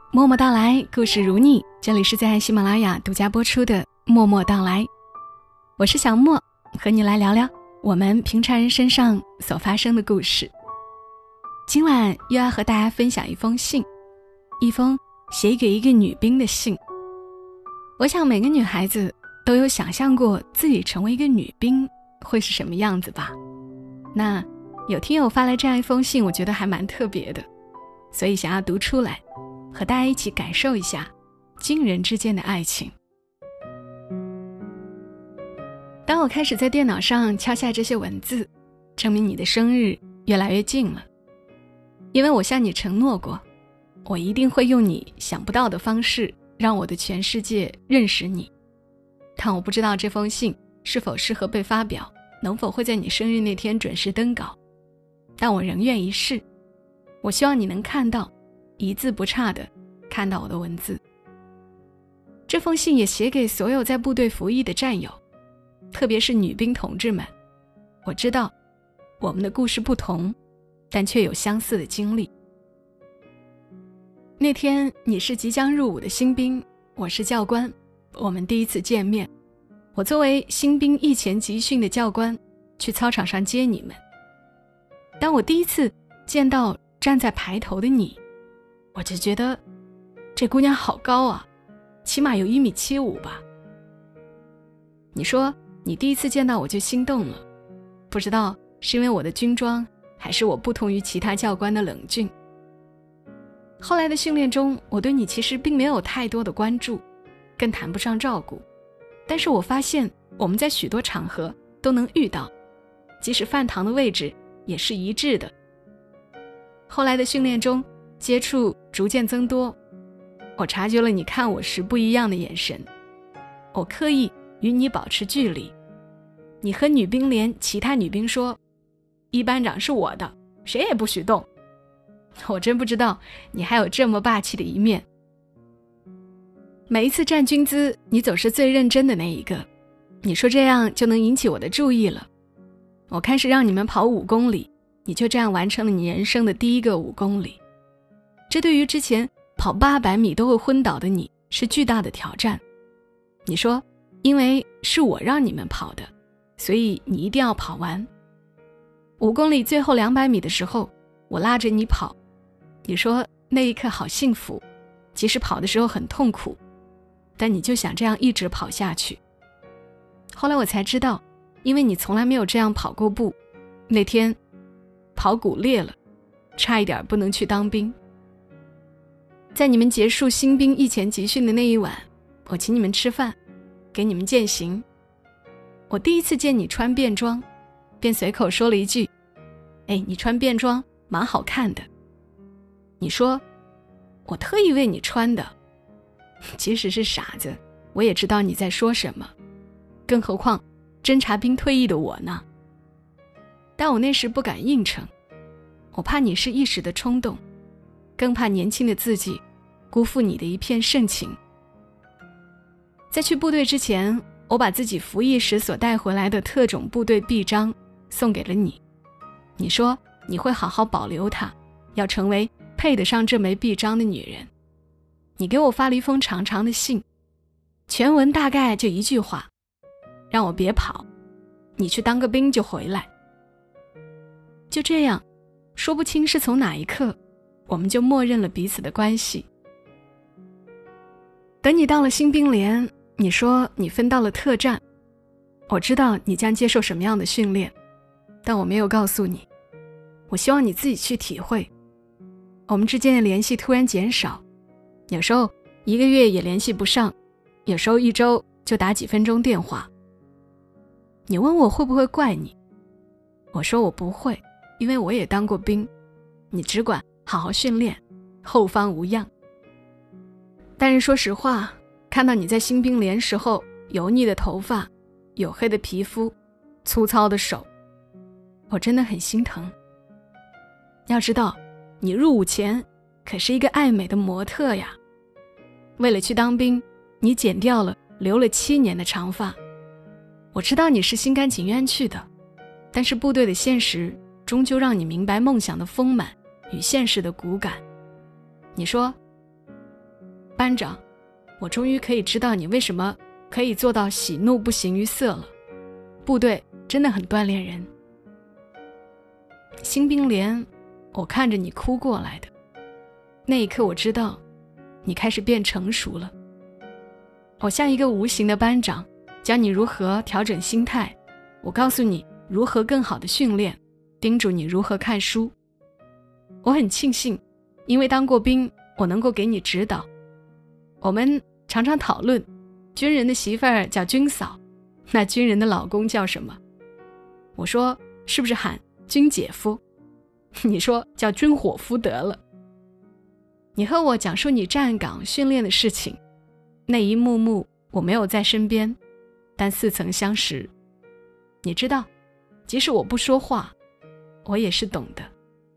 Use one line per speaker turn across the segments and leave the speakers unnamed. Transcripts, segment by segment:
默默到来，故事如你，这里是在喜马拉雅独家播出的默默到来。我是小默，和你来聊聊我们平常人身上所发生的故事。今晚又要和大家分享一封信，一封写给一个女兵的信。我想每个女孩子都有想象过自己成为一个女兵会是什么样子吧。那有听友发来这样一封信，我觉得还蛮特别的，所以想要读出来，和大家一起感受一下军人之间的爱情。当我开始在电脑上敲下这些文字，证明你的生日越来越近了，因为我向你承诺过，我一定会用你想不到的方式让我的全世界认识你。但我不知道这封信是否适合被发表，能否会在你生日那天准时登稿，但我仍愿一试。我希望你能看到，一字不差地看到我的文字。这封信也写给所有在部队服役的战友，特别是女兵同志们。我知道我们的故事不同，但却有相似的经历。那天你是即将入伍的新兵，我是教官，我们第一次见面。我作为新兵役前集训的教官，去操场上接你们。当我第一次见到站在排头的你，我就觉得这姑娘好高啊，起码有1.75米吧。你说你第一次见到我就心动了，不知道是因为我的军装，还是我不同于其他教官的冷峻。后来的训练中，我对你其实并没有太多的关注，更谈不上照顾，但是我发现我们在许多场合都能遇到，即使饭堂的位置也是一致的。后来的训练中，接触逐渐增多，我察觉了你看我时不一样的眼神。我刻意与你保持距离。你和女兵连其他女兵说，一班长是我的，谁也不许动。我真不知道你还有这么霸气的一面。每一次站军姿，你总是最认真的那一个。你说这样就能引起我的注意了。我开始让你们跑5公里，你就这样完成了你人生的第一个5公里。这对于之前跑800米都会昏倒的你是巨大的挑战。你说因为是我让你们跑的，所以你一定要跑完。5公里最后200米的时候，我拉着你跑，你说那一刻好幸福，即使跑的时候很痛苦，但你就想这样一直跑下去。后来我才知道，因为你从来没有这样跑过步，那天跑骨裂了，差一点不能去当兵。在你们结束新兵役前集训的那一晚，我请你们吃饭，给你们践行。我第一次见你穿便装，便随口说了一句，你穿便装蛮好看的。你说我特意为你穿的。即使是傻子，我也知道你在说什么，更何况侦察兵退役的我呢。但我那时不敢应承，我怕你是一时的冲动，更怕年轻的自己辜负你的一片盛情。在去部队之前，我把自己服役时所带回来的特种部队臂章送给了你。你说你会好好保留它，要成为配得上这枚臂章的女人。你给我发了一封长长的信，全文大概就一句话，让我别跑，你去当个兵就回来。就这样，说不清是从哪一刻，我们就默认了彼此的关系。等你到了新兵连，你说你分到了特战，我知道你将接受什么样的训练，但我没有告诉你，我希望你自己去体会。我们之间的联系突然减少，有时候1个月也联系不上，有时候1周就打几分钟电话。你问我会不会怪你，我说我不会，因为我也当过兵，你只管好好训练，后方无恙。但是说实话，看到你在新兵连时候油腻的头发，黝黑的皮肤，粗糙的手，我真的很心疼。要知道你入伍前可是一个爱美的模特呀，为了去当兵，你剪掉了留了7年的长发。我知道你是心甘情愿去的，但是部队的现实终究让你明白梦想的丰满与现实的骨感。你说班长，我终于可以知道你为什么可以做到喜怒不形于色了。部队真的很锻炼人。新兵连，我看着你哭过来的，那一刻我知道你开始变成熟了。我像一个无形的班长，教你如何调整心态，我告诉你如何更好的训练，叮嘱你如何看书。我很庆幸，因为当过兵，我能够给你指导。我们常常讨论，军人的媳妇儿叫军嫂，那军人的老公叫什么？我说是不是喊军姐夫？你说叫军伙夫得了。你和我讲述你站岗训练的事情，那一幕幕我没有在身边，但似曾相识。你知道，即使我不说话，我也是懂的。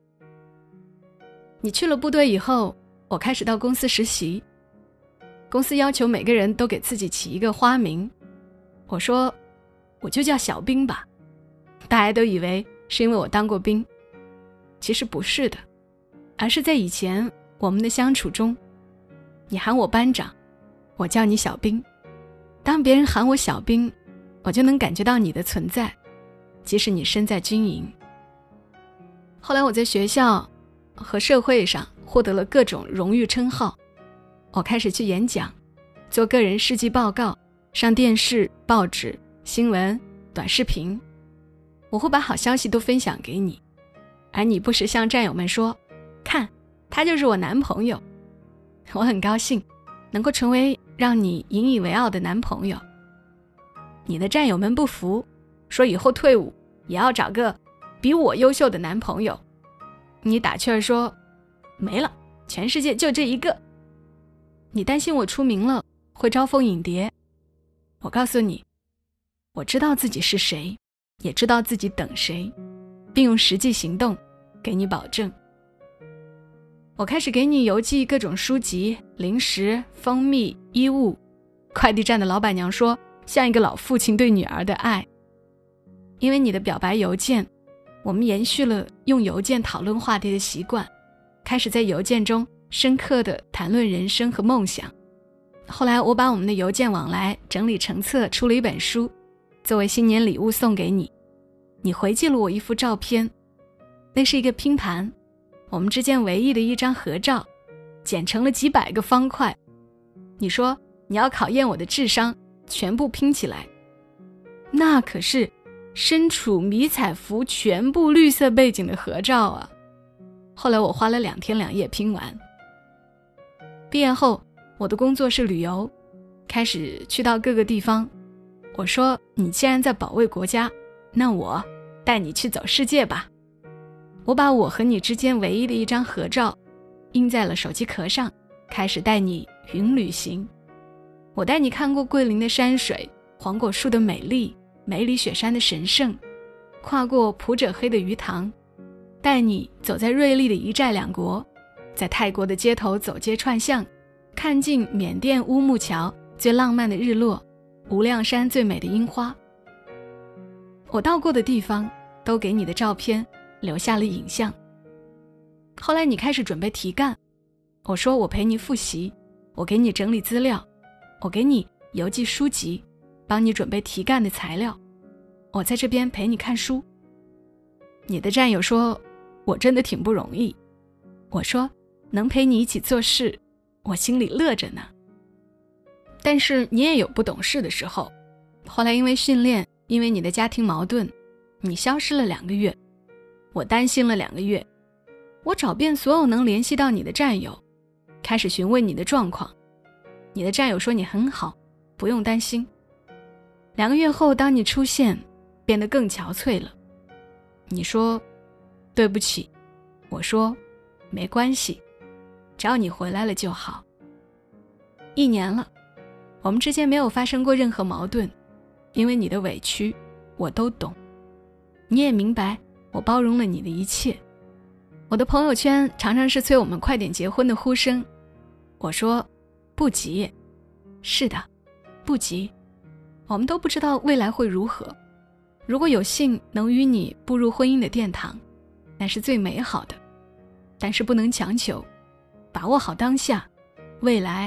你去了部队以后，我开始到公司实习。公司要求每个人都给自己起一个花名，我说我就叫小兵吧。大家都以为是因为我当过兵，其实不是的，而是在以前我们的相处中，你喊我班长，我叫你小兵。当别人喊我小兵，我就能感觉到你的存在，即使你身在军营。后来我在学校和社会上获得了各种荣誉称号，我开始去演讲，做个人事迹报告，上电视、报纸、新闻、短视频。我会把好消息都分享给你，而你不时向战友们说，看，他就是我男朋友。我很高兴能够成为让你引以为傲的男朋友。你的战友们不服，说以后退伍也要找个比我优秀的男朋友。你打趣儿说，没了，全世界就这一个。你担心我出名了会招蜂引蝶，我告诉你，我知道自己是谁，也知道自己等谁，并用实际行动给你保证。我开始给你邮寄各种书籍、零食、蜂蜜、衣物。快递站的老板娘说，像一个老父亲对女儿的爱。因为你的表白邮件，我们延续了用邮件讨论话题的习惯，开始在邮件中深刻地谈论人生和梦想。后来我把我们的邮件往来整理成册，出了一本书，作为新年礼物送给你。你回寄了我一幅照片，那是一个拼盘，我们之间唯一的一张合照，剪成了几百个方块。你说你要考验我的智商，全部拼起来。那可是身处迷彩服全部绿色背景的合照啊！后来我花了2天2夜拼完。毕业后，我的工作是旅游，开始去到各个地方。我说，你既然在保卫国家，那我带你去走世界吧。我把我和你之间唯一的一张合照印在了手机壳上，开始带你云旅行。我带你看过桂林的山水，黄果树的美丽，梅里雪山的神圣，跨过普者黑的鱼塘，带你走在锐利的一寨两国，在泰国的街头走街串巷，看尽缅甸乌木桥最浪漫的日落，无量山最美的樱花。我到过的地方都给你的照片留下了影像。后来你开始准备题干，我说我陪你复习，我给你整理资料，我给你邮寄书籍，帮你准备题干的材料，我在这边陪你看书。你的战友说，我真的挺不容易。我说，能陪你一起做事，我心里乐着呢。但是你也有不懂事的时候。后来因为训练，因为你的家庭矛盾，你消失了2个月。我担心了2个月，我找遍所有能联系到你的战友，开始询问你的状况。你的战友说你很好，不用担心。2个月后，当你出现，变得更憔悴了。你说对不起，我说没关系，只要你回来了就好。1年了，我们之间没有发生过任何矛盾，因为你的委屈我都懂，你也明白我包容了你的一切。我的朋友圈常常是催我们快点结婚的呼声，我说不急。是的，不急，我们都不知道未来会如何。如果有幸能与你步入婚姻的殿堂，那是最美好的，但是不能强求，把握好当下，未来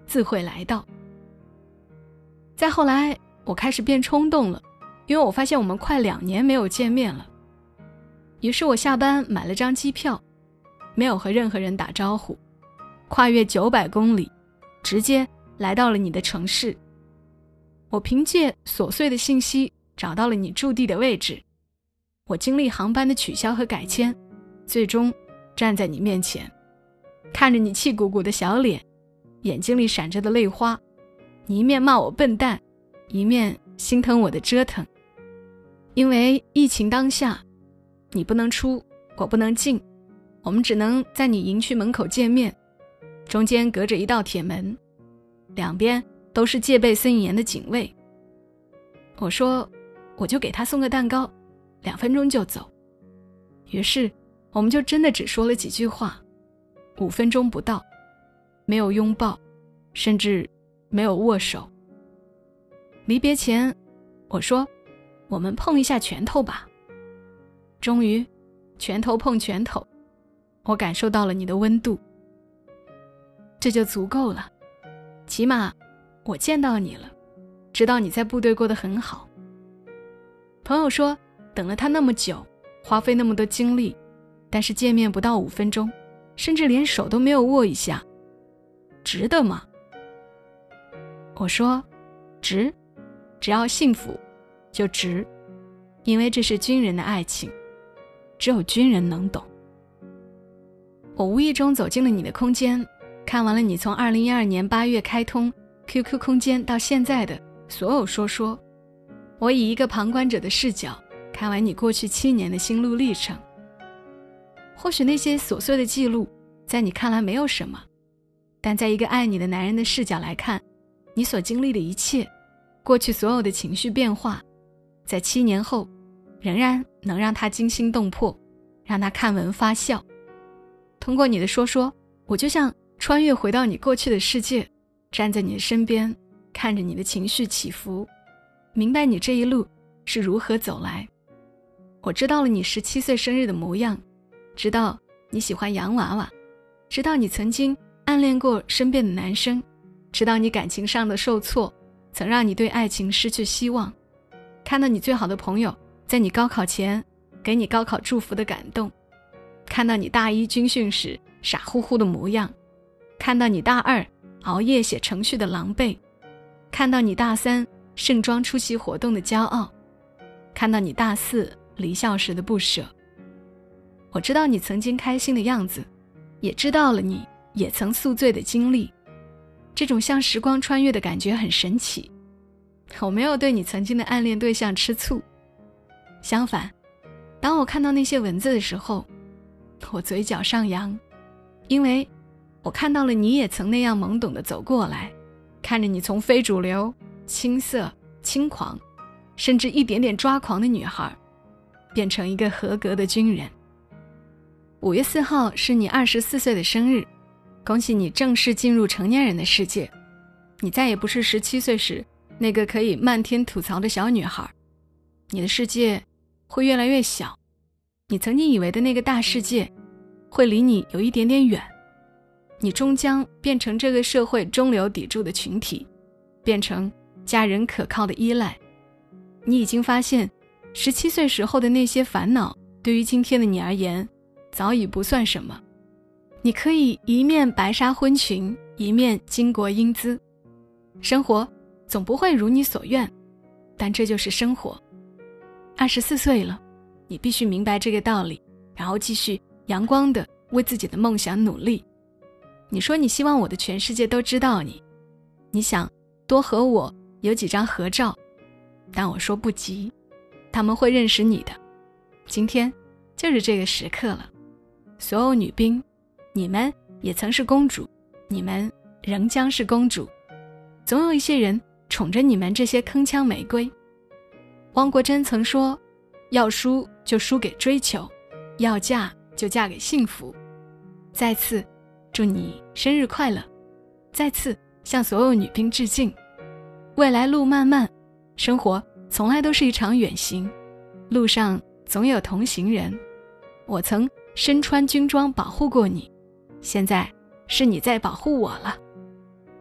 自会来到。再后来我开始变冲动了，因为我发现我们快2年没有见面了。于是我下班买了张机票，没有和任何人打招呼，跨越900公里，直接来到了你的城市。我凭借琐碎的信息找到了你驻地的位置，我经历航班的取消和改签，最终站在你面前，看着你气鼓鼓的小脸，眼睛里闪着的泪花，你一面骂我笨蛋，一面心疼我的折腾。因为疫情当下，你不能出，我不能进，我们只能在你营区门口见面，中间隔着一道铁门，两边都是戒备森严的警卫。我说我就给他送个蛋糕，2分钟就走。于是我们就真的只说了几句话，5分钟不到，没有拥抱，甚至没有握手。离别前我说我们碰一下拳头吧。终于拳头碰拳头，我感受到了你的温度，这就足够了。起码我见到你了，知道你在部队过得很好。朋友说等了他那么久，花费那么多精力，但是见面不到5分钟，甚至连手都没有握一下，值得吗？我说值，只要幸福就值，因为这是军人的爱情，只有军人能懂。我无意中走进了你的空间，看完了你从2012年8月开通 QQ 空间到现在的所有说，我以一个旁观者的视角看完你过去7年的心路历程。或许那些琐碎的记录在你看来没有什么，但在一个爱你的男人的视角来看，你所经历的一切，过去所有的情绪变化，在7年后仍然能让他惊心动魄，让他看闻发笑。通过你的说，我就像穿越回到你过去的世界，站在你的身边，看着你的情绪起伏，明白你这一路是如何走来。我知道了你17岁生日的模样，知道你喜欢洋娃娃，知道你曾经暗恋过身边的男生，知道你感情上的受挫曾让你对爱情失去希望，看到你最好的朋友在你高考前给你高考祝福的感动，看到你大1军训时傻乎乎的模样，看到你大2熬夜写程序的狼狈，看到你大3盛装出席活动的骄傲，看到你大4离校时的不舍。我知道你曾经开心的样子，也知道了你也曾宿醉的经历。这种像时光穿越的感觉很神奇。我没有对你曾经的暗恋对象吃醋，相反，当我看到那些文字的时候，我嘴角上扬，因为我看到了你也曾那样懵懂地走过来，看着你从非主流、青涩、轻狂，甚至一点点抓狂的女孩，变成一个合格的军人。5月4号是你24岁的生日，恭喜你正式进入成年人的世界。你再也不是17岁时那个可以漫天吐槽的小女孩，你的世界会越来越小，你曾经以为的那个大世界会离你有一点点远，你终将变成这个社会中流砥柱的群体，变成家人可靠的依赖。你已经发现17岁时候的那些烦恼对于今天的你而言早已不算什么，你可以一面白纱婚裙，一面巾帼英姿。生活总不会如你所愿，但这就是生活。24岁了，你必须明白这个道理，然后继续阳光地为自己的梦想努力。你说你希望我的全世界都知道你，你想多和我有几张合照，但我说不急，他们会认识你的。今天就是这个时刻了。所有女兵，你们也曾是公主，你们仍将是公主。总有一些人宠着你们这些铿锵玫瑰。汪国真曾说，要输就输给追求，要嫁就嫁给幸福。再次祝你生日快乐，再次向所有女兵致敬。未来路漫漫，生活从来都是一场远行，路上总有同行人。我曾身穿军装保护过你，现在是你在保护我了。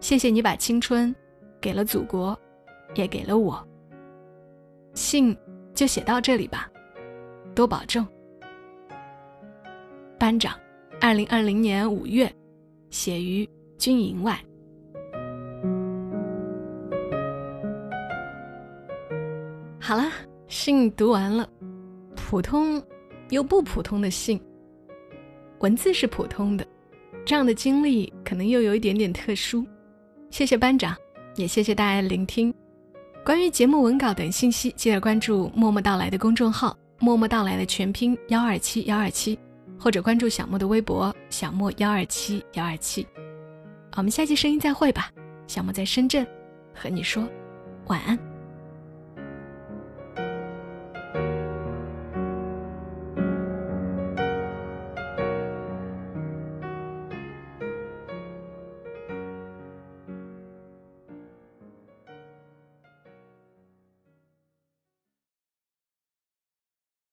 谢谢你把青春给了祖国，也给了我。信就写到这里吧，多保重。班长，2020年5月，写于军营外。好了，信读完了，普通又不普通的信。文字是普通的，这样的经历可能又有一点点特殊。谢谢班长，也谢谢大家的聆听。关于节目文稿等信息，记得关注默默到来的公众号，默默到来的全拼127127，或者关注小莫的微博小莫127127。我们下期声音再会吧，小莫在深圳和你说晚安。